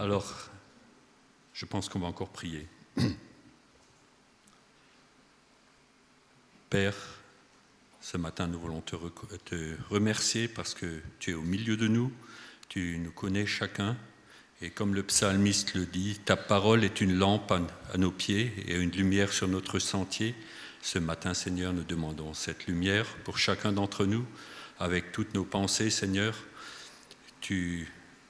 Alors, je pense qu'on va encore prier. Père, ce matin, nous voulons te remercier parce que tu es au milieu de nous, tu nous connais chacun, et comme le psalmiste le dit, ta parole est une lampe à nos pieds et une lumière sur notre sentier. Ce matin, Seigneur, nous demandons cette lumière pour chacun d'entre nous, avec toutes nos pensées, Seigneur. Tu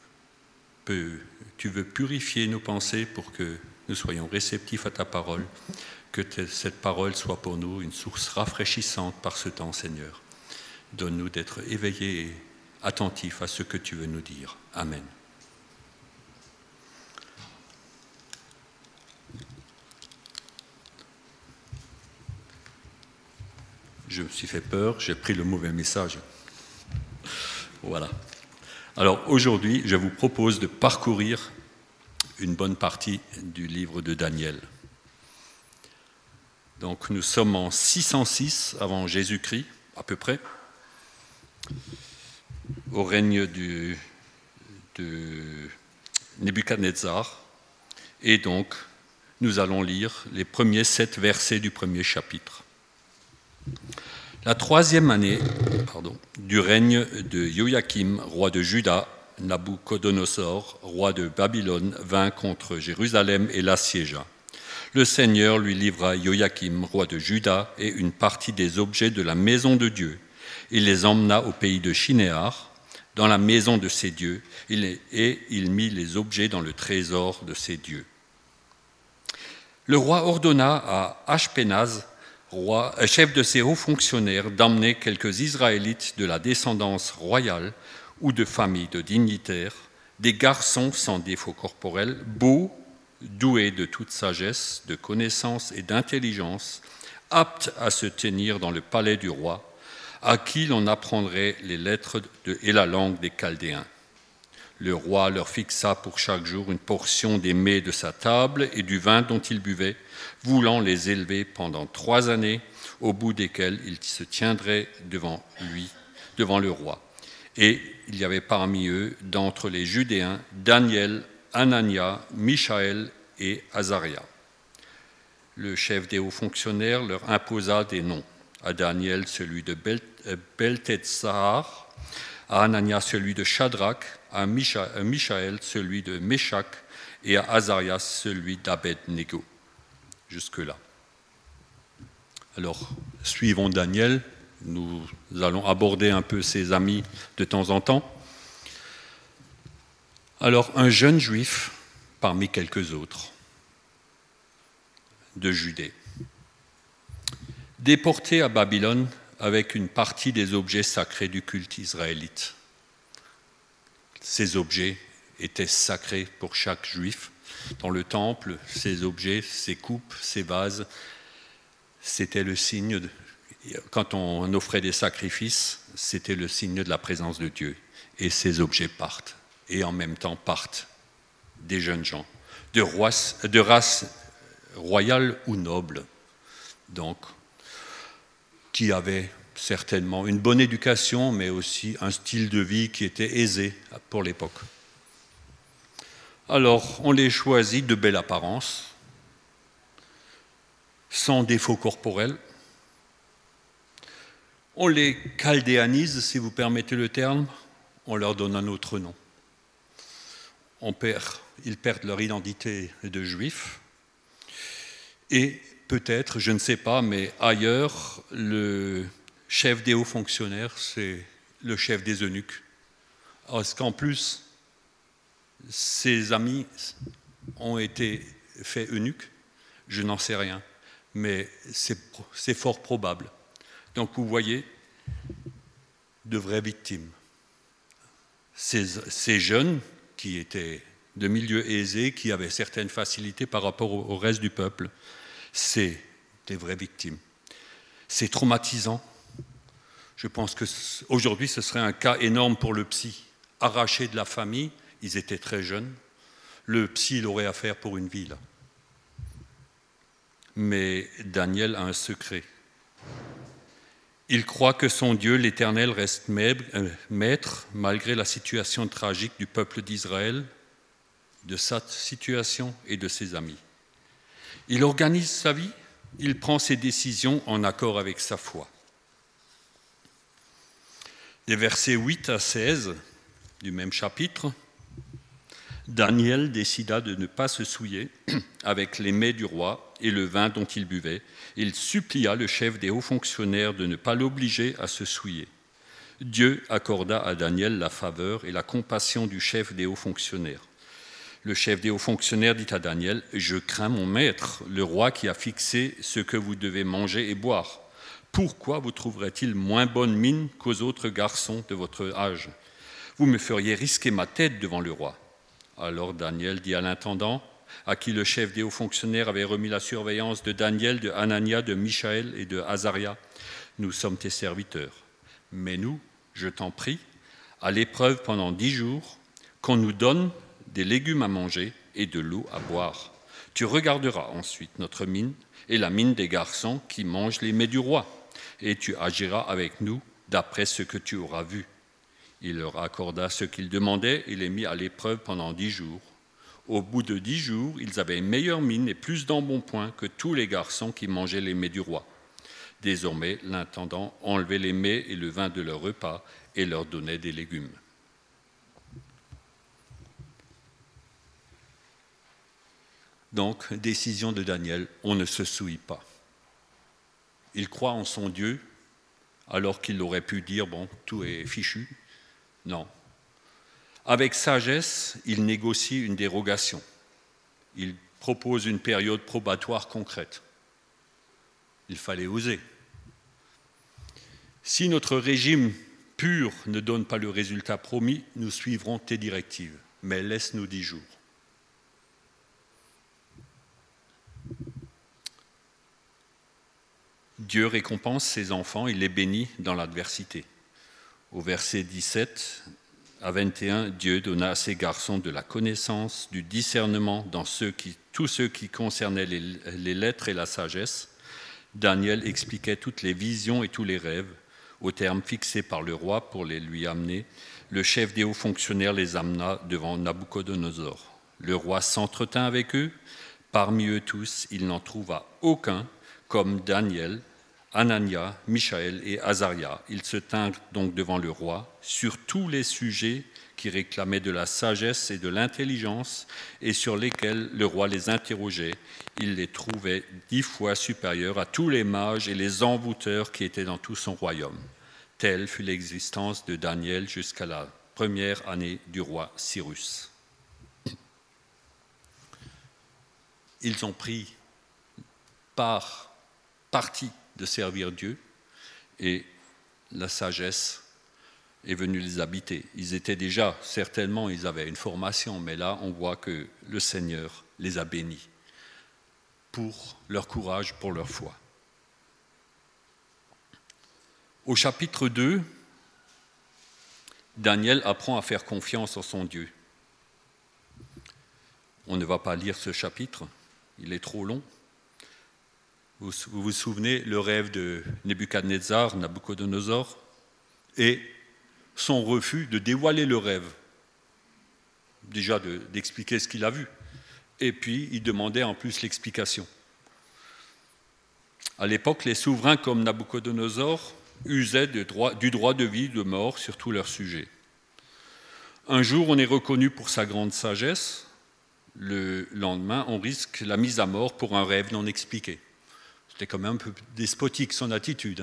veux purifier nos pensées pour que nous soyons réceptifs à ta parole, que cette parole soit pour nous une source rafraîchissante par ce temps, Seigneur. Donne-nous d'être éveillés et attentifs à ce que tu veux nous dire. Amen. Je me suis fait peur, j'ai pris le mauvais message. Voilà. Alors aujourd'hui, je vous propose de parcourir une bonne partie du livre de Daniel. Donc nous sommes en 606 avant Jésus-Christ, à peu près, au règne de Nebuchadnezzar. Et donc, nous allons lire les premiers 7 versets du premier chapitre. La 3e année du règne de Joachim, roi de Juda, Nabuchodonosor, roi de Babylone, vint contre Jérusalem et l'assiégea. Le Seigneur lui livra Joachim, roi de Juda, et une partie des objets de la maison de Dieu. Il les emmena au pays de Shinéar, dans la maison de ses dieux, et il mit les objets dans le trésor de ses dieux. Le roi ordonna à Ashpenaz, chef de ses hauts fonctionnaires, d'emmener quelques Israélites de la descendance royale ou de familles de dignitaires, des garçons sans défaut corporel, beaux, doués de toute sagesse, de connaissance et d'intelligence, aptes à se tenir dans le palais du roi, à qui l'on apprendrait les lettres et la langue des Chaldéens. Le roi leur fixa pour chaque jour une portion des mets de sa table et du vin dont ils buvaient, voulant les élever pendant 3 années, au bout desquelles ils se tiendraient devant le roi. Et il y avait parmi eux, d'entre les Judéens, Daniel, Anania, Michaël et Azaria. Le chef des hauts fonctionnaires leur imposa des noms. À Daniel, celui de Beltetsar, à Anania, celui de Shadrach, à Michaël, celui de Méshach, et à Azaria, celui d'Abed-Nego. Jusque-là. Alors, suivons Daniel. Nous allons aborder un peu ses amis de temps en temps. Alors, un jeune juif parmi quelques autres de Judée, déporté à Babylone avec une partie des objets sacrés du culte israélite. Ces objets étaient sacrés pour chaque juif. Dans le temple, ces objets, ces coupes, ces vases, c'était le signe, quand on offrait des sacrifices, c'était le signe de la présence de Dieu. Et ces objets partent. Et en même temps partent des jeunes gens, de race royale ou noble, donc, qui avaient certainement une bonne éducation, mais aussi un style de vie qui était aisé pour l'époque. Alors, on les choisit de belle apparence, sans défaut corporel. On les chaldéanise, si vous permettez le terme, on leur donne un autre nom. Ils perdent leur identité de juifs. Et peut-être, je ne sais pas, mais ailleurs, le chef des hauts fonctionnaires, c'est le chef des eunuques. Parce qu'en plus, ses amis ont été faits eunuques, je n'en sais rien, mais c'est fort probable. Donc vous voyez, de vraies victimes. Ces jeunes qui étaient de milieux aisés, qui avaient certaines facilités par rapport au reste du peuple, c'est des vraies victimes. C'est traumatisant. Je pense qu'aujourd'hui, ce serait un cas énorme pour le psy. Arraché de la famille, ils étaient très jeunes. Le psy, il aurait affaire pour une vie, là. Mais Daniel a un secret. Il croit que son Dieu, l'Éternel, reste maître malgré la situation tragique du peuple d'Israël, de sa situation et de ses amis. Il organise sa vie, il prend ses décisions en accord avec sa foi. Des versets 8 à 16 du même chapitre, Daniel décida de ne pas se souiller avec les mets du roi et le vin dont il buvait. Il supplia le chef des hauts fonctionnaires de ne pas l'obliger à se souiller. Dieu accorda à Daniel la faveur et la compassion du chef des hauts fonctionnaires. Le chef des hauts fonctionnaires dit à Daniel « Je crains mon maître, le roi qui a fixé ce que vous devez manger et boire. Pourquoi vous trouverait-il moins bonne mine qu'aux autres garçons de votre âge ? Vous me feriez risquer ma tête devant le roi. » Alors Daniel dit à l'intendant, à qui le chef des hauts fonctionnaires avait remis la surveillance de Daniel, de Hanania, de Michaël et de Azaria, « Nous sommes tes serviteurs. Mais nous, je t'en prie, à l'épreuve pendant 10 jours, qu'on nous donne des légumes à manger et de l'eau à boire. Tu regarderas ensuite notre mine et la mine des garçons qui mangent les mets du roi, et tu agiras avec nous d'après ce que tu auras vu. » Il leur accorda ce qu'ils demandaient et les mit à l'épreuve pendant 10 jours. Au bout de 10 jours, ils avaient une meilleure mine et plus d'embonpoint que tous les garçons qui mangeaient les mets du roi. Désormais, l'intendant enlevait les mets et le vin de leur repas et leur donnait des légumes. Donc, décision de Daniel, on ne se souille pas. Il croit en son Dieu, alors qu'il aurait pu dire, bon, tout est fichu. Non. Avec sagesse, il négocie une dérogation. Il propose une période probatoire concrète. Il fallait oser. Si notre régime pur ne donne pas le résultat promis, nous suivrons tes directives, mais laisse-nous 10 jours. Dieu récompense ses enfants, il les bénit dans l'adversité. Au verset 17 à 21, Dieu donna à ces garçons de la connaissance, du discernement dans tous ceux qui concernaient les lettres et la sagesse. Daniel expliquait toutes les visions et tous les rêves au terme fixé par le roi pour les lui amener. Le chef des hauts fonctionnaires les amena devant Nabuchodonosor. Le roi s'entretint avec eux. Parmi eux tous, il n'en trouva aucun comme Daniel, Hanania, Michaël et Azaria. Ils se tinrent donc devant le roi sur tous les sujets qui réclamaient de la sagesse et de l'intelligence et sur lesquels le roi les interrogeait. Il les trouvait 10 fois supérieurs à tous les mages et les envoûteurs qui étaient dans tout son royaume. Telle fut l'existence de Daniel jusqu'à la première année du roi Cyrus. Ils ont pris parti de servir Dieu et la sagesse est venue les habiter. Ils étaient déjà, certainement, ils avaient une formation, mais là, on voit que le Seigneur les a bénis pour leur courage, pour leur foi. Au chapitre 2, Daniel apprend à faire confiance en son Dieu. On ne va pas lire ce chapitre, il est trop long. Vous vous souvenez le rêve de Nabuchodonosor, et son refus de dévoiler le rêve, déjà d'expliquer ce qu'il a vu, et puis il demandait en plus l'explication. À l'époque, les souverains comme Nabuchodonosor usaient du droit de vie, de mort sur tous leurs sujets. Un jour, on est reconnu pour sa grande sagesse, le lendemain, on risque la mise à mort pour un rêve non expliqué. C'était quand même un peu despotique son attitude.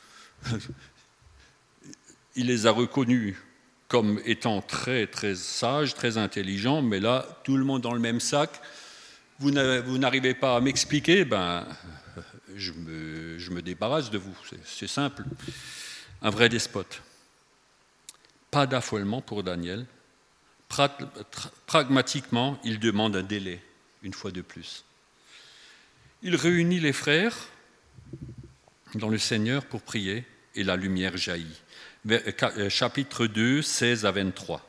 Il les a reconnus comme étant très, très sages, très intelligents, mais là, tout le monde dans le même sac. Vous n'arrivez pas à m'expliquer, je me débarrasse de vous. C'est simple. Un vrai despote. Pas d'affolement pour Daniel. Pragmatiquement, il demande un délai, une fois de plus. Il réunit les frères dans le Seigneur pour prier et la lumière jaillit. Chapitre 2, 16 à 23.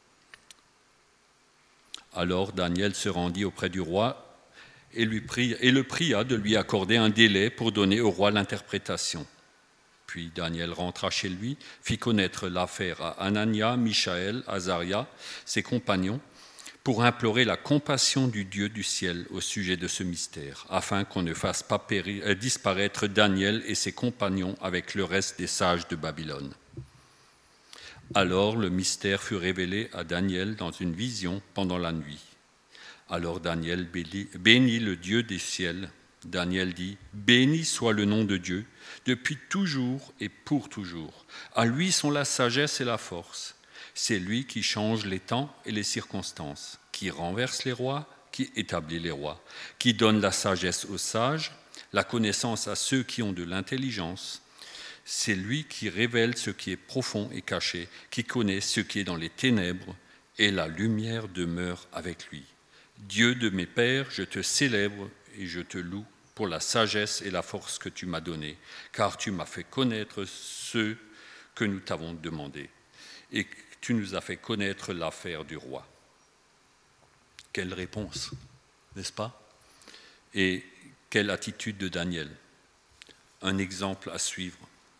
Alors Daniel se rendit auprès du roi et le pria de lui accorder un délai pour donner au roi l'interprétation. Puis Daniel rentra chez lui, fit connaître l'affaire à Hanania, Michaël, Azaria, ses compagnons. pour implorer la compassion du Dieu du ciel au sujet de ce mystère, afin qu'on ne fasse pas disparaître Daniel et ses compagnons avec le reste des sages de Babylone. Alors le mystère fut révélé à Daniel dans une vision pendant la nuit. Alors Daniel bénit le Dieu des ciels. Daniel dit « Béni soit le nom de Dieu, depuis toujours et pour toujours. À lui sont la sagesse et la force. C'est lui qui change les temps et les circonstances, qui renverse les rois, qui établit les rois, qui donne la sagesse aux sages, la connaissance à ceux qui ont de l'intelligence. C'est lui qui révèle ce qui est profond et caché, qui connaît ce qui est dans les ténèbres, et la lumière demeure avec lui. Dieu de mes pères, je te célèbre et je te loue pour la sagesse et la force que tu m'as donnée, car tu m'as fait connaître ce que nous t'avons demandé, et tu nous as fait connaître l'affaire du roi. » Quelle réponse, n'est-ce pas? Et quelle attitude de Daniel? Un exemple à suivre.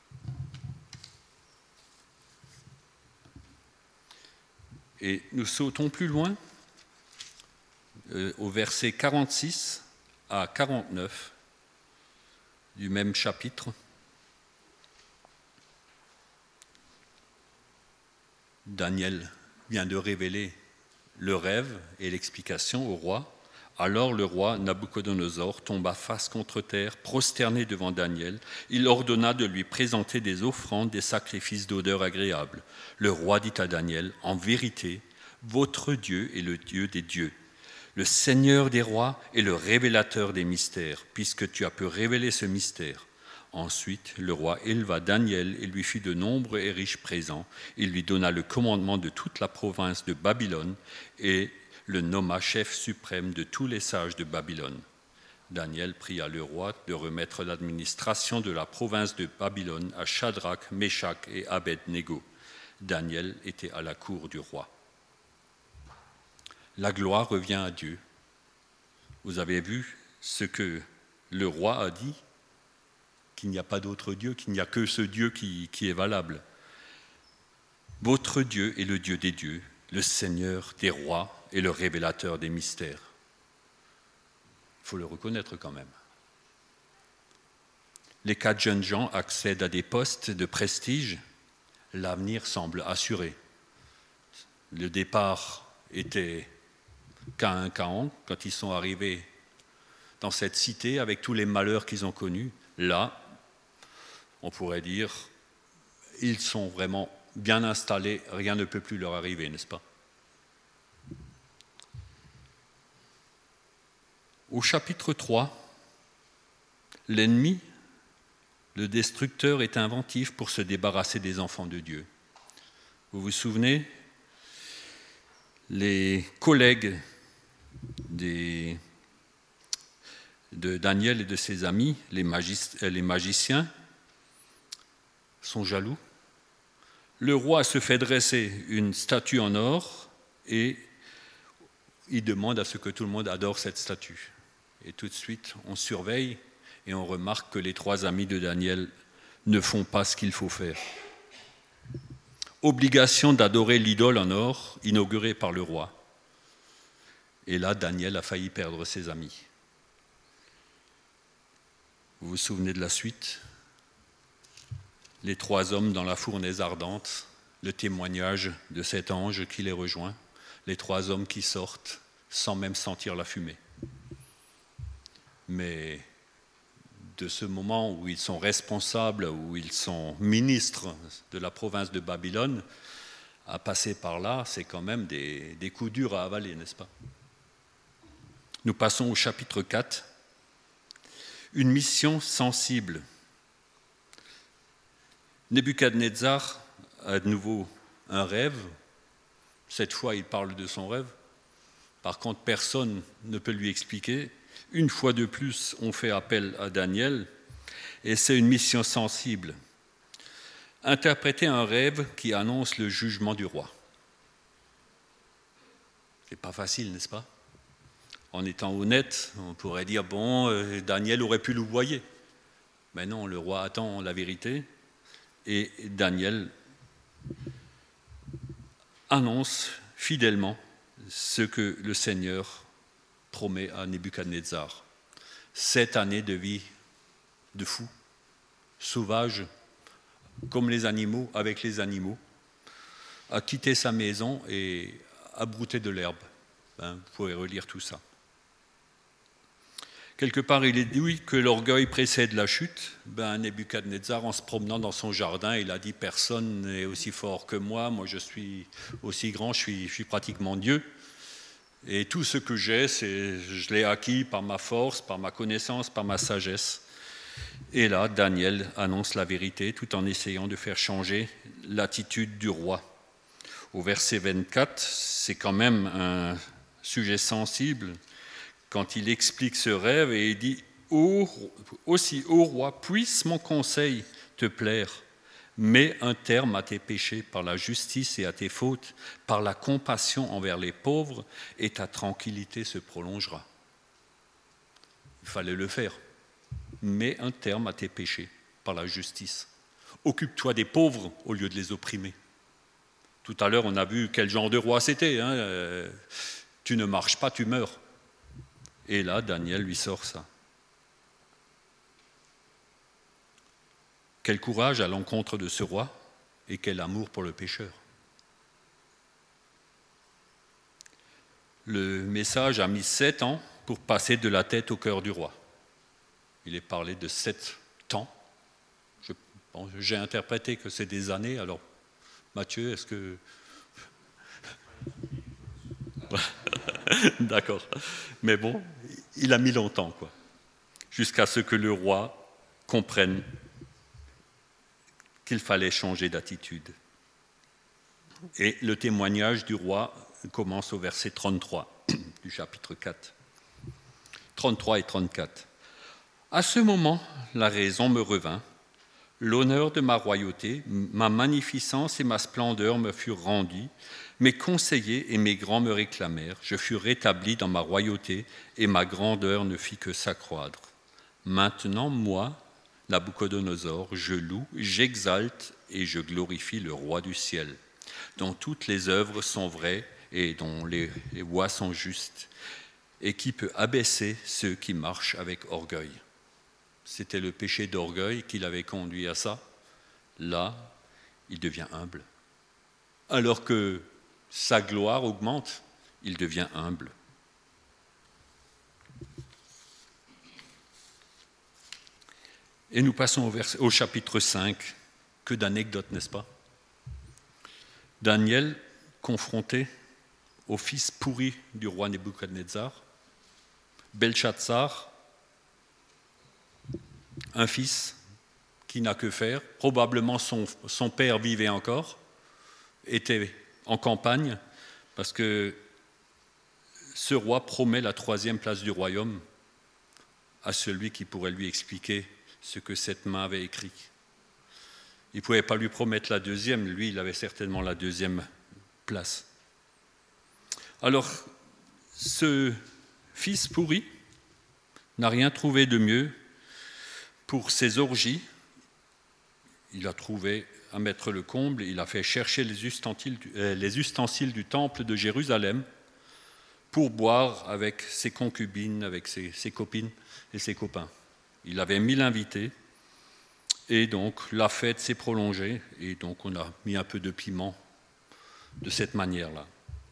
Et nous sautons plus loin, au verset 46 à 49 du même chapitre. Daniel vient de révéler le rêve et l'explication au roi. Alors le roi Nabuchodonosor tomba face contre terre, prosterné devant Daniel. Il ordonna de lui présenter des offrandes, des sacrifices d'odeur agréable. Le roi dit à Daniel, « En vérité, votre Dieu est le Dieu des dieux, le Seigneur des rois et le révélateur des mystères, puisque tu as pu révéler ce mystère. » Ensuite, le roi éleva Daniel et lui fit de nombreux et riches présents. Il lui donna le commandement de toute la province de Babylone et le nomma chef suprême de tous les sages de Babylone. Daniel pria le roi de remettre l'administration de la province de Babylone à Shadrach, Meshach et Abed-Négo. Daniel était à la cour du roi. La gloire revient à Dieu. Vous avez vu ce que le roi a dit, qu'il n'y a pas d'autre Dieu, qu'il n'y a que ce Dieu qui est valable. Votre Dieu est le Dieu des dieux, le Seigneur des rois et le révélateur des mystères. Il faut le reconnaître quand même. Les 4 jeunes gens accèdent à des postes de prestige. L'avenir semble assuré. Le départ était qu'à un chaos quand ils sont arrivés dans cette cité avec tous les malheurs qu'ils ont connus. Là, on pourrait dire, ils sont vraiment bien installés, rien ne peut plus leur arriver, n'est-ce pas? Au chapitre 3, l'ennemi, le destructeur, est inventif pour se débarrasser des enfants de Dieu. Vous vous souvenez, les collègues de Daniel et de ses amis, les magiciens, sont jaloux. Le roi se fait dresser une statue en or et il demande à ce que tout le monde adore cette statue. Et tout de suite, on surveille et on remarque que les 3 amis de Daniel ne font pas ce qu'il faut faire. Obligation d'adorer l'idole en or inaugurée par le roi. Et là, Daniel a failli perdre ses amis. Vous vous souvenez de la suite? Les 3 hommes dans la fournaise ardente, le témoignage de cet ange qui les rejoint, les 3 hommes qui sortent sans même sentir la fumée. Mais de ce moment où ils sont responsables, où ils sont ministres de la province de Babylone, à passer par là, c'est quand même des coups durs à avaler, n'est-ce pas? Nous passons au chapitre 4. Une mission sensible. Nebuchadnezzar a de nouveau un rêve. Cette fois, il parle de son rêve. Par contre, personne ne peut lui expliquer. Une fois de plus, on fait appel à Daniel, et c'est une mission sensible. Interpréter un rêve qui annonce le jugement du roi. C'est pas facile, n'est-ce pas? En étant honnête, on pourrait dire, Daniel aurait pu louvoyer. Mais non, le roi attend la vérité, et Daniel annonce fidèlement ce que le Seigneur promet à Nebuchadnezzar. 7 années de vie de fou, sauvage, comme les animaux, avec les animaux, à quitter sa maison et à brouter de l'herbe. Vous pouvez relire tout ça. Quelque part, il est dit que l'orgueil précède la chute. Nebuchadnezzar, en se promenant dans son jardin, il a dit « Personne n'est aussi fort que moi, je suis aussi grand, je suis pratiquement Dieu. Et tout ce que j'ai, je l'ai acquis par ma force, par ma connaissance, par ma sagesse. » Et là, Daniel annonce la vérité tout en essayant de faire changer l'attitude du roi. Au verset 24, c'est quand même un sujet sensible quand il explique ce rêve et il dit « Aussi, ô roi, puisse mon conseil te plaire, mets un terme à tes péchés par la justice et à tes fautes, par la compassion envers les pauvres, et ta tranquillité se prolongera. » Il fallait le faire. Mets un terme à tes péchés par la justice. Occupe-toi des pauvres au lieu de les opprimer. Tout à l'heure, on a vu quel genre de roi c'était. Tu ne marches pas, tu meurs. Et là, Daniel lui sort ça. Quel courage à l'encontre de ce roi et quel amour pour le pécheur. Le message a mis 7 ans pour passer de la tête au cœur du roi. Il est parlé de 7 temps. J'ai interprété que c'est des années. Alors, Mathieu, est-ce que... D'accord. Mais bon, il a mis longtemps, jusqu'à ce que le roi comprenne qu'il fallait changer d'attitude. Et le témoignage du roi commence au verset 33 du chapitre 4. 33 et 34. À ce moment, la raison me revint. L'honneur de ma royauté, ma magnificence et ma splendeur me furent rendus. Mes conseillers et mes grands me réclamèrent. Je fus rétabli dans ma royauté et ma grandeur ne fit que s'accroître. Maintenant, moi, Nabuchodonosor, je loue, j'exalte et je glorifie le roi du ciel, dont toutes les œuvres sont vraies et dont les voies sont justes, et qui peut abaisser ceux qui marchent avec orgueil. C'était le péché d'orgueil qui l'avait conduit à ça. Là, il devient humble. Alors que sa gloire augmente, il devient humble. Et nous passons au chapitre 5. Que d'anecdotes, n'est-ce pas? Daniel, confronté au fils pourri du roi Nebuchadnezzar, Belchatsar, un fils qui n'a que faire, probablement son père vivait encore, était en campagne, parce que ce roi promet la 3e place du royaume à celui qui pourrait lui expliquer ce que cette main avait écrit. Il ne pouvait pas lui promettre la 2e, lui il avait certainement la 2e place. Alors, ce fils pourri n'a rien trouvé de mieux pour ses orgies. Il a trouvé à mettre le comble, il a fait chercher les ustensiles du temple de Jérusalem pour boire avec ses concubines, avec ses copines et ses copains. Il avait 1000 invités et donc la fête s'est prolongée et donc on a mis un peu de piment de cette manière-là.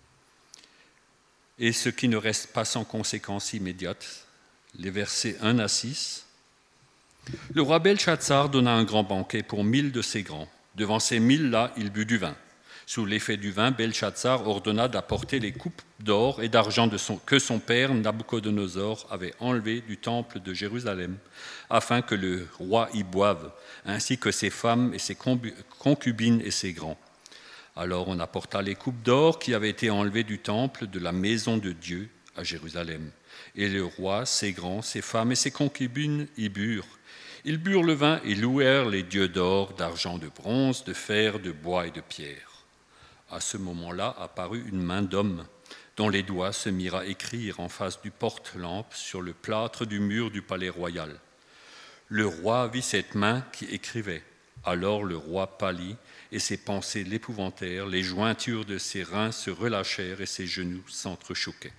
Et ce qui ne reste pas sans conséquence immédiate, les versets 1 à 6. Le roi Belchatsar donna un grand banquet pour 1000 de ses grands. Devant ces 1000-là, il but du vin. Sous l'effet du vin, Belchatsar ordonna d'apporter les coupes d'or et d'argent que son père Nabuchodonosor avait enlevées du temple de Jérusalem, afin que le roi y boive, ainsi que ses femmes et ses concubines et ses grands. Alors on apporta les coupes d'or qui avaient été enlevées du temple de la maison de Dieu à Jérusalem. Et le roi, ses grands, ses femmes et ses concubines y burent. Ils burent le vin et louèrent les dieux d'or, d'argent, de bronze, de fer, de bois et de pierre. À ce moment-là apparut une main d'homme, dont les doigts se mirent à écrire en face du porte-lampe sur le plâtre du mur du palais royal. Le roi vit cette main qui écrivait. Alors le roi pâlit, et ses pensées l'épouvantèrent, les jointures de ses reins se relâchèrent et ses genoux s'entrechoquaient.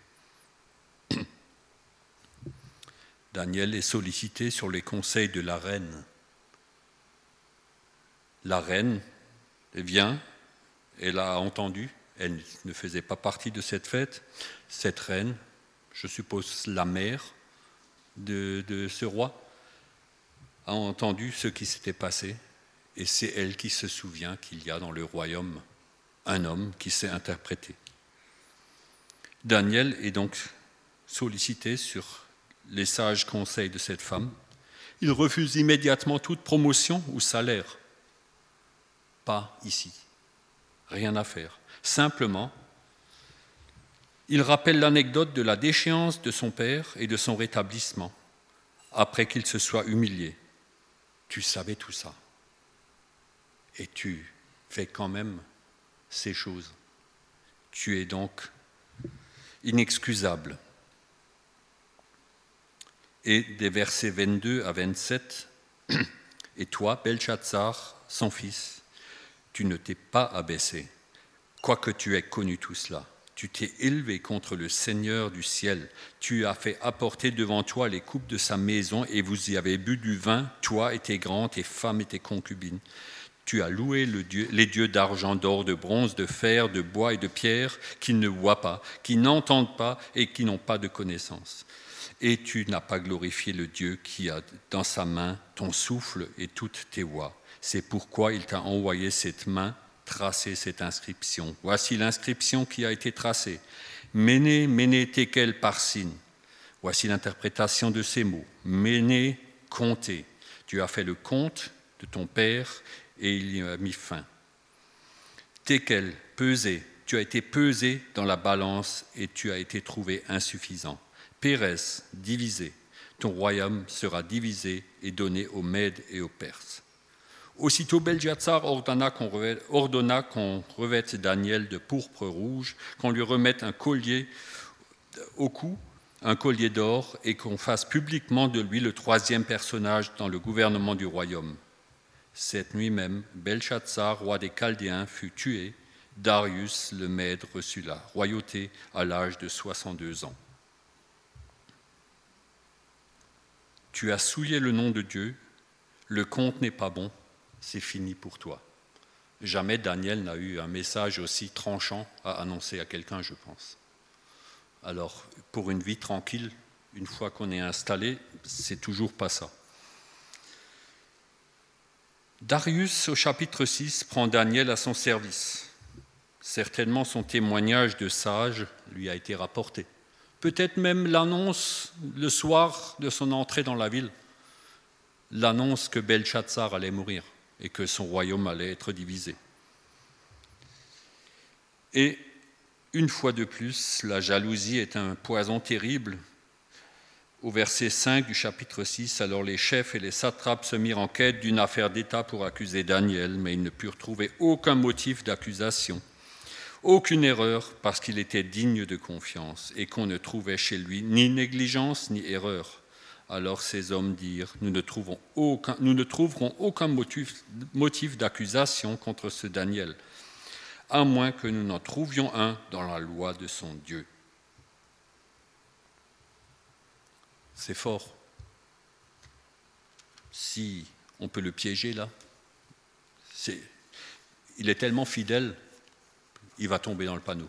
Daniel est sollicité sur les conseils de la reine. La reine vient, elle a entendu, elle ne faisait pas partie de cette fête. Cette reine, je suppose la mère de ce roi, a entendu ce qui s'était passé. Et c'est elle qui se souvient qu'il y a dans le royaume un homme qui sait interpréter. Daniel est donc sollicité sur les sages conseils de cette femme. Il refuse immédiatement toute promotion ou salaire. Pas ici. Rien à faire. Simplement, il rappelle l'anecdote de la déchéance de son père et de son rétablissement, après qu'il se soit humilié. Tu savais tout ça. Et tu fais quand même ces choses. Tu es donc inexcusable. Et des versets 22 à 27, « Et toi, Belchatsar, son fils, tu ne t'es pas abaissé, quoique tu aies connu tout cela. Tu t'es élevé contre le Seigneur du ciel. Tu as fait apporter devant toi les coupes de sa maison, et vous y avez bu du vin, toi et tes grands, tes femmes et tes concubines. Tu as loué les dieux d'argent, d'or, de bronze, de fer, de bois et de pierre, qui ne voient pas, qui n'entendent pas et qui n'ont pas de connaissance. Et tu n'as pas glorifié le Dieu qui a dans sa main ton souffle et toutes tes voies. C'est pourquoi il t'a envoyé cette main tracer cette inscription. Voici l'inscription qui a été tracée. Méné, Méné, Tekel, Parsin. Voici l'interprétation de ces mots. Méné, compter. Tu as fait le compte de ton père et il y a mis fin. Tekel, peser. Tu as été pesé dans la balance et tu as été trouvé insuffisant. Pérès, divisé. Ton royaume sera divisé et donné aux Mèdes et aux Perses. Aussitôt Belchatsar ordonna qu'on revête Daniel de pourpre rouge, qu'on lui remette un collier au cou, un collier d'or, et qu'on fasse publiquement de lui le troisième personnage dans le gouvernement du royaume. Cette nuit même, Belchatsar, roi des Chaldéens, fut tué. Darius le Mède reçut la royauté à l'âge de 62 ans. Tu as souillé le nom de Dieu, le compte n'est pas bon, c'est fini pour toi. Jamais Daniel n'a eu un message aussi tranchant à annoncer à quelqu'un, je pense. Alors, pour une vie tranquille, une fois qu'on est installé, c'est toujours pas ça. Darius, au chapitre 6, prend Daniel à son service. Certainement son témoignage de sage lui a été rapporté. Peut-être même l'annonce, le soir de son entrée dans la ville, l'annonce que Belchatsar allait mourir et que son royaume allait être divisé. Et une fois de plus, la jalousie est un poison terrible. Au verset 5 du chapitre 6, alors les chefs et les satrapes se mirent en quête d'une affaire d'État pour accuser Daniel, mais ils ne purent trouver aucun motif d'accusation. Aucune erreur, parce qu'il était digne de confiance et qu'on ne trouvait chez lui ni négligence ni erreur. Alors ces hommes dirent, nous ne trouverons aucun motif d'accusation contre ce Daniel, à moins que nous n'en trouvions un dans la loi de son Dieu. C'est fort. Si on peut le piéger là, il est tellement fidèle, il va tomber dans le panneau.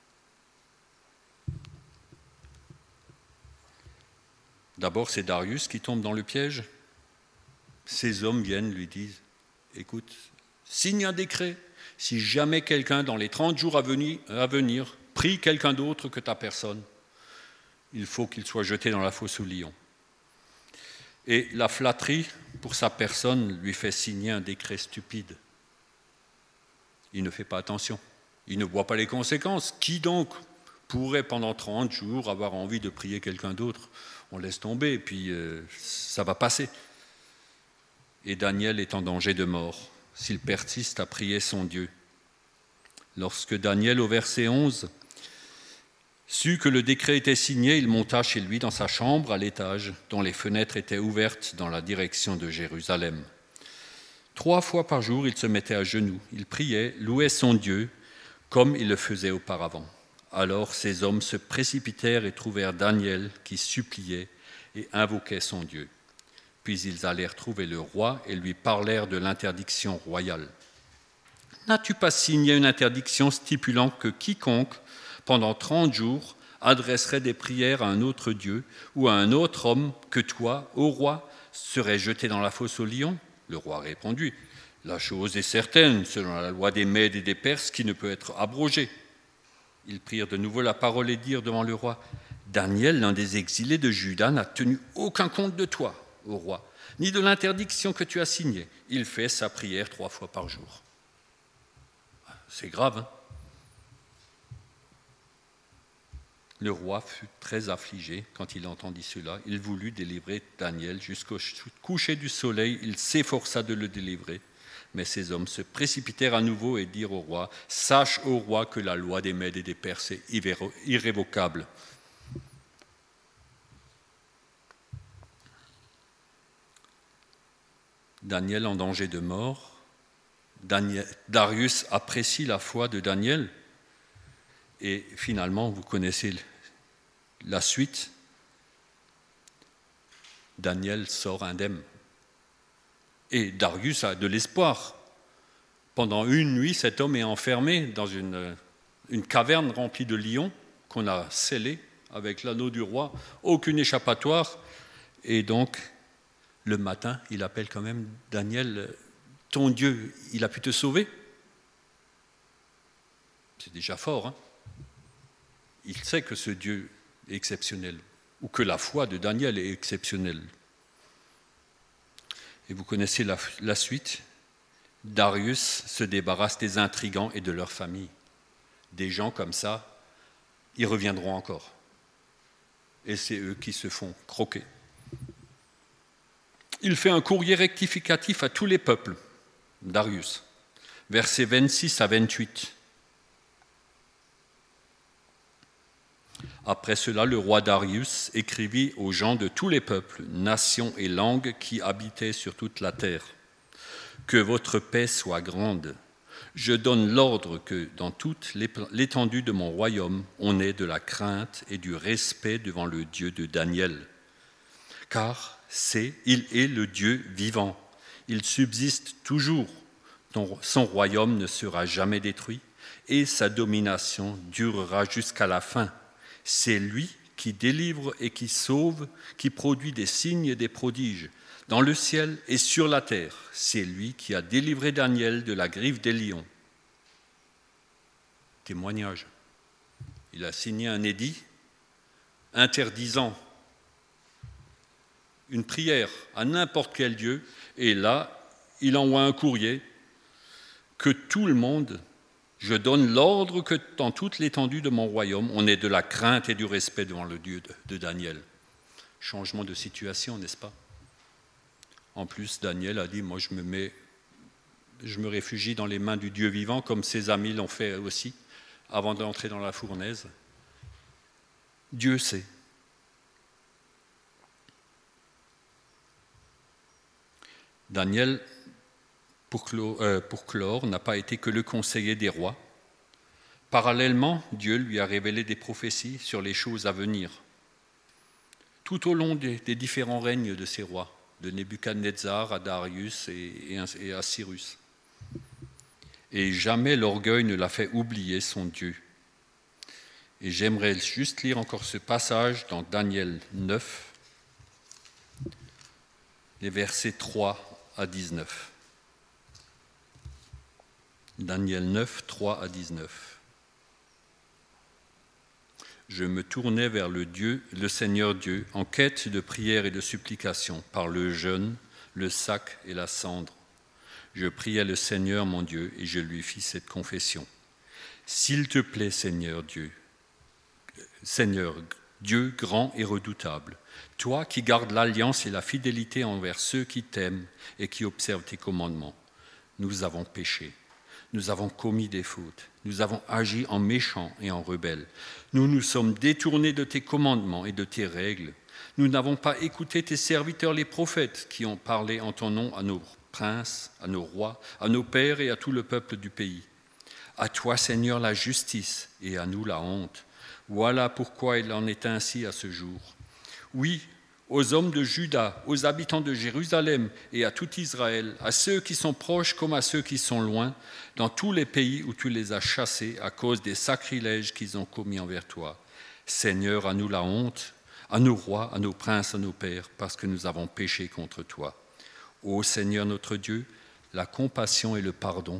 D'abord, c'est Darius qui tombe dans le piège. Ces hommes viennent, lui disent, écoute, signe un décret. Si jamais quelqu'un, dans les 30 jours à venir, prie quelqu'un d'autre que ta personne, il faut qu'il soit jeté dans la fosse aux lions. Et la flatterie, pour sa personne, lui fait signer un décret stupide. Il ne fait pas attention. Il ne voit pas les conséquences. Qui donc pourrait pendant 30 jours avoir envie de prier quelqu'un d'autre ? On laisse tomber et puis ça va passer. Et Daniel est en danger de mort s'il persiste à prier son Dieu. Lorsque Daniel, au verset 11, sut que le décret était signé, il monta chez lui dans sa chambre à l'étage, dont les fenêtres étaient ouvertes dans la direction de Jérusalem. 3 fois par jour, il se mettait à genoux, il priait, louait son Dieu, comme il le faisait auparavant. Alors ces hommes se précipitèrent et trouvèrent Daniel qui suppliait et invoquait son Dieu. Puis ils allèrent trouver le roi et lui parlèrent de l'interdiction royale. « N'as-tu pas signé une interdiction stipulant que quiconque, pendant 30 jours, adresserait des prières à un autre Dieu ou à un autre homme que toi, ô roi, serait jeté dans la fosse aux lions ?» Le roi répondit, « La chose est certaine, selon la loi des Mèdes et des Perses, qui ne peut être abrogée. » Ils prirent de nouveau la parole et dirent devant le roi, « Daniel, l'un des exilés de Juda, n'a tenu aucun compte de toi, ô roi, ni de l'interdiction que tu as signée. Il fait sa prière 3 fois par jour. » C'est grave, hein ? Le roi fut très affligé quand il entendit cela. Il voulut délivrer Daniel jusqu'au coucher du soleil. Il s'efforça de le délivrer. Mais ces hommes se précipitèrent à nouveau et dirent au roi, « Sache, ô roi, que la loi des Mèdes et des Perses est irrévocable. » Daniel en danger de mort. Darius apprécie la foi de Daniel. Et finalement, vous connaissez la suite. Daniel sort indemne. Et Darius a de l'espoir. Pendant une nuit, cet homme est enfermé dans une caverne remplie de lions qu'on a scellée avec l'anneau du roi. Aucune échappatoire. Et donc, le matin, il appelle quand même Daniel, « Ton Dieu, il a pu te sauver ?» C'est déjà fort, hein ? Il sait que ce Dieu est exceptionnel, ou que la foi de Daniel est exceptionnelle. Et vous connaissez la suite. Darius se débarrasse des intrigants et de leur famille. Des gens comme ça, ils reviendront encore. Et c'est eux qui se font croquer. Il fait un courrier rectificatif à tous les peuples, Darius, versets 26 à 28. Après cela, le roi Darius écrivit aux gens de tous les peuples, nations et langues qui habitaient sur toute la terre. « Que votre paix soit grande. Je donne l'ordre que, dans toute l'étendue de mon royaume, on ait de la crainte et du respect devant le Dieu de Daniel. Car il est le Dieu vivant. Il subsiste toujours. Son royaume ne sera jamais détruit et sa domination durera jusqu'à la fin. C'est lui qui délivre et qui sauve, qui produit des signes et des prodiges dans le ciel et sur la terre. C'est lui qui a délivré Daniel de la griffe des lions. » Témoignage. Il a signé un édit interdisant une prière à n'importe quel Dieu, et là, il envoie un courrier que tout le monde... Je donne l'ordre que dans toute l'étendue de mon royaume, on ait de la crainte et du respect devant le Dieu de Daniel. Changement de situation, n'est-ce pas ? En plus, Daniel a dit, moi je me réfugie dans les mains du Dieu vivant, comme ses amis l'ont fait aussi, avant d'entrer dans la fournaise. Dieu sait. Daniel, pour clore, n'a pas été que le conseiller des rois. Parallèlement, Dieu lui a révélé des prophéties sur les choses à venir. Tout au long des différents règnes de ces rois, de Nebuchadnezzar à Darius et à Cyrus. Et jamais l'orgueil ne l'a fait oublier son Dieu. Et j'aimerais juste lire encore ce passage dans Daniel 9, les versets 3 à 19. Daniel 9, 3 à 19. Je me tournai vers le Seigneur Dieu, en quête de prière et de supplication, par le jeûne, le sac et la cendre. Je priai le Seigneur mon Dieu, et je lui fis cette confession. S'il te plaît, Seigneur Dieu grand et redoutable, toi qui gardes l'alliance et la fidélité envers ceux qui t'aiment et qui observent tes commandements, nous avons péché. Nous avons commis des fautes, nous avons agi en méchants et en rebelles. Nous nous sommes détournés de tes commandements et de tes règles. Nous n'avons pas écouté tes serviteurs les prophètes qui ont parlé en ton nom princes, à nos rois, à nos pères et à tout le peuple du pays. À toi, Seigneur, la justice et à nous la honte. Voilà pourquoi il en est ainsi à ce jour. Oui, aux hommes de Juda, aux habitants de Jérusalem et à tout Israël, à ceux qui sont proches comme à ceux qui sont loin, dans tous les pays où tu les as chassés à cause des sacrilèges qu'ils ont commis envers toi. Seigneur, à nous la honte, à nos rois, à nos princes, à nos pères, parce que nous avons péché contre toi. Ô Seigneur notre Dieu, la compassion et le pardon,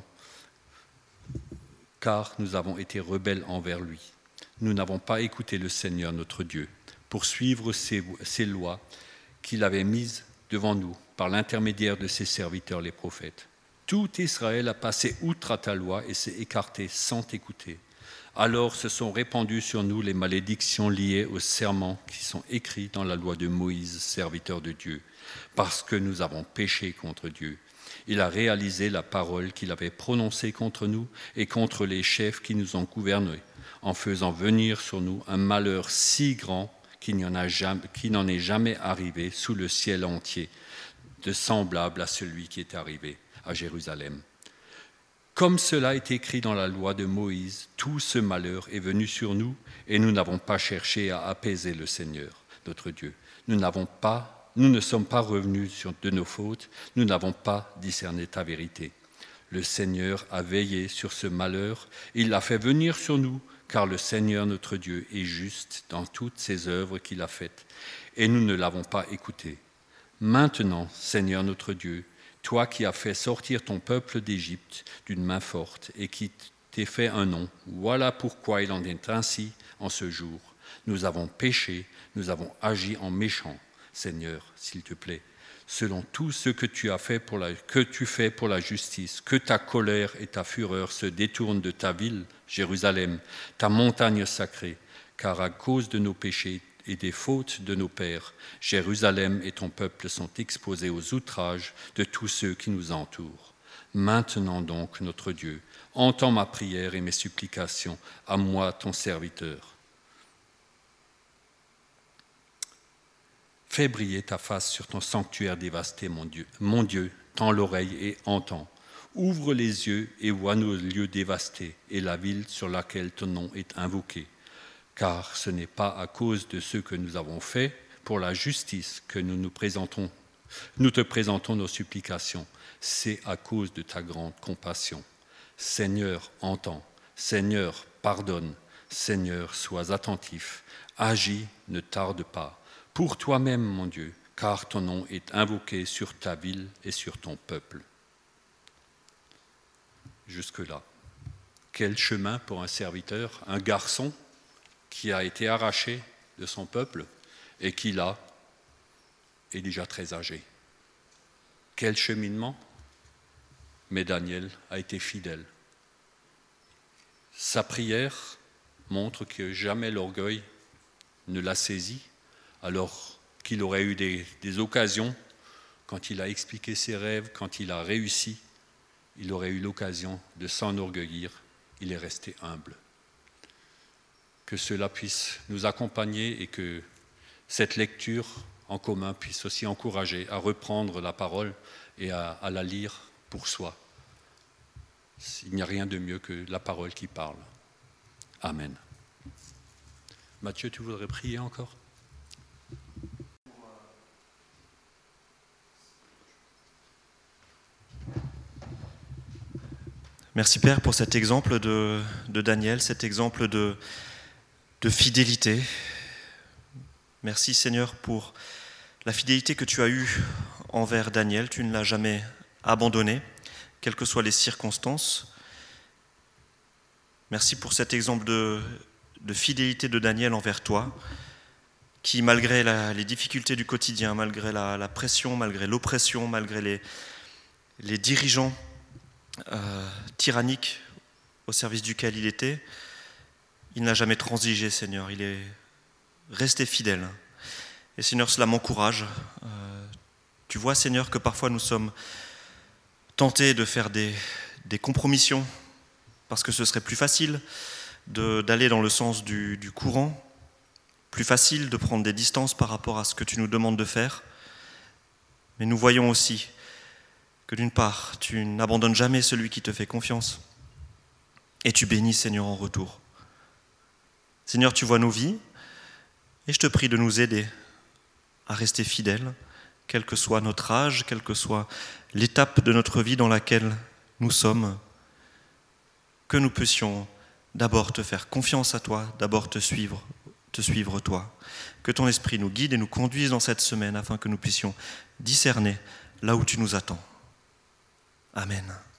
car nous avons été rebelles envers lui. Nous n'avons pas écouté le Seigneur notre Dieu pour suivre ses lois qu'il avait mises devant nous par l'intermédiaire de ses serviteurs les prophètes. Tout Israël a passé outre à ta loi et s'est écarté sans t'écouter. Alors se sont répandues sur nous les malédictions liées aux serments qui sont écrits dans la loi de Moïse, serviteur de Dieu, parce que nous avons péché contre Dieu. Il a réalisé la parole qu'il avait prononcée contre nous et contre les chefs qui nous ont gouvernés, en faisant venir sur nous un malheur si grand qui n'en est jamais arrivé sous le ciel entier, de semblable à celui qui est arrivé à Jérusalem. Comme cela est écrit dans la loi de Moïse, tout ce malheur est venu sur nous et nous n'avons pas cherché à apaiser le Seigneur, notre Dieu. Nous ne sommes pas revenus de nos fautes, nous n'avons pas discerné ta vérité. Le Seigneur a veillé sur ce malheur, il l'a fait venir sur nous, car le Seigneur notre Dieu est juste dans toutes ses œuvres qu'il a faites, et nous ne l'avons pas écouté. Maintenant, Seigneur notre Dieu, toi qui as fait sortir ton peuple d'Égypte d'une main forte et qui t'es fait un nom, voilà pourquoi il en est ainsi en ce jour. Nous avons péché, nous avons agi en méchants. Seigneur, s'il te plaît, selon tout ce que tu fais pour la justice, que ta colère et ta fureur se détournent de ta ville, Jérusalem, ta montagne sacrée, car à cause de nos péchés et des fautes de nos pères, Jérusalem et ton peuple sont exposés aux outrages de tous ceux qui nous entourent. Maintenant donc, notre Dieu, entends ma prière et mes supplications, à moi, ton serviteur. Fais briller ta face sur ton sanctuaire dévasté, mon Dieu, tends l'oreille et entends. Ouvre les yeux et vois nos lieux dévastés et la ville sur laquelle ton nom est invoqué. Car ce n'est pas à cause de ce que nous avons fait pour la justice que nous te présentons nos supplications, c'est à cause de ta grande compassion. Seigneur, entends. Seigneur, pardonne. Seigneur, sois attentif. Agis, ne tarde pas. Pour toi-même, mon Dieu, car ton nom est invoqué sur ta ville et sur ton peuple. Jusque-là, quel chemin pour un serviteur, un garçon qui a été arraché de son peuple et qui, là, est déjà très âgé. Quel cheminement? Mais Daniel a été fidèle. Sa prière montre que jamais l'orgueil ne l'a saisi, alors qu'il aurait eu des occasions, quand il a expliqué ses rêves, quand il a réussi, il aurait eu l'occasion de s'enorgueillir. Il est resté humble. Que cela puisse nous accompagner et que cette lecture en commun puisse aussi encourager à reprendre la parole et à la lire pour soi. Il n'y a rien de mieux que la parole qui parle. Amen. Mathieu, tu voudrais prier encore ? Merci Père pour cet exemple de Daniel, cet exemple de fidélité. Merci Seigneur pour la fidélité que tu as eue envers Daniel. Tu ne l'as jamais abandonné, quelles que soient les circonstances. Merci pour cet exemple de fidélité de Daniel envers toi, qui malgré les difficultés du quotidien, malgré la pression, malgré l'oppression, malgré les dirigeants tyrannique au service duquel il était, il n'a jamais transigé, Seigneur, il est resté fidèle. Et Seigneur, cela m'encourage. Tu vois, Seigneur, que parfois nous sommes tentés de faire des compromissions, parce que ce serait plus facile d'aller dans le sens du courant, plus facile de prendre des distances par rapport à ce que tu nous demandes de faire. Mais nous voyons aussi que que d'une part, tu n'abandonnes jamais celui qui te fait confiance, et tu bénis, Seigneur, en retour. Seigneur, tu vois nos vies, et je te prie de nous aider à rester fidèles, quel que soit notre âge, quelle que soit l'étape de notre vie dans laquelle nous sommes, que nous puissions d'abord te faire confiance à toi, d'abord te suivre toi. Que ton esprit nous guide et nous conduise dans cette semaine afin que nous puissions discerner là où tu nous attends. Amen.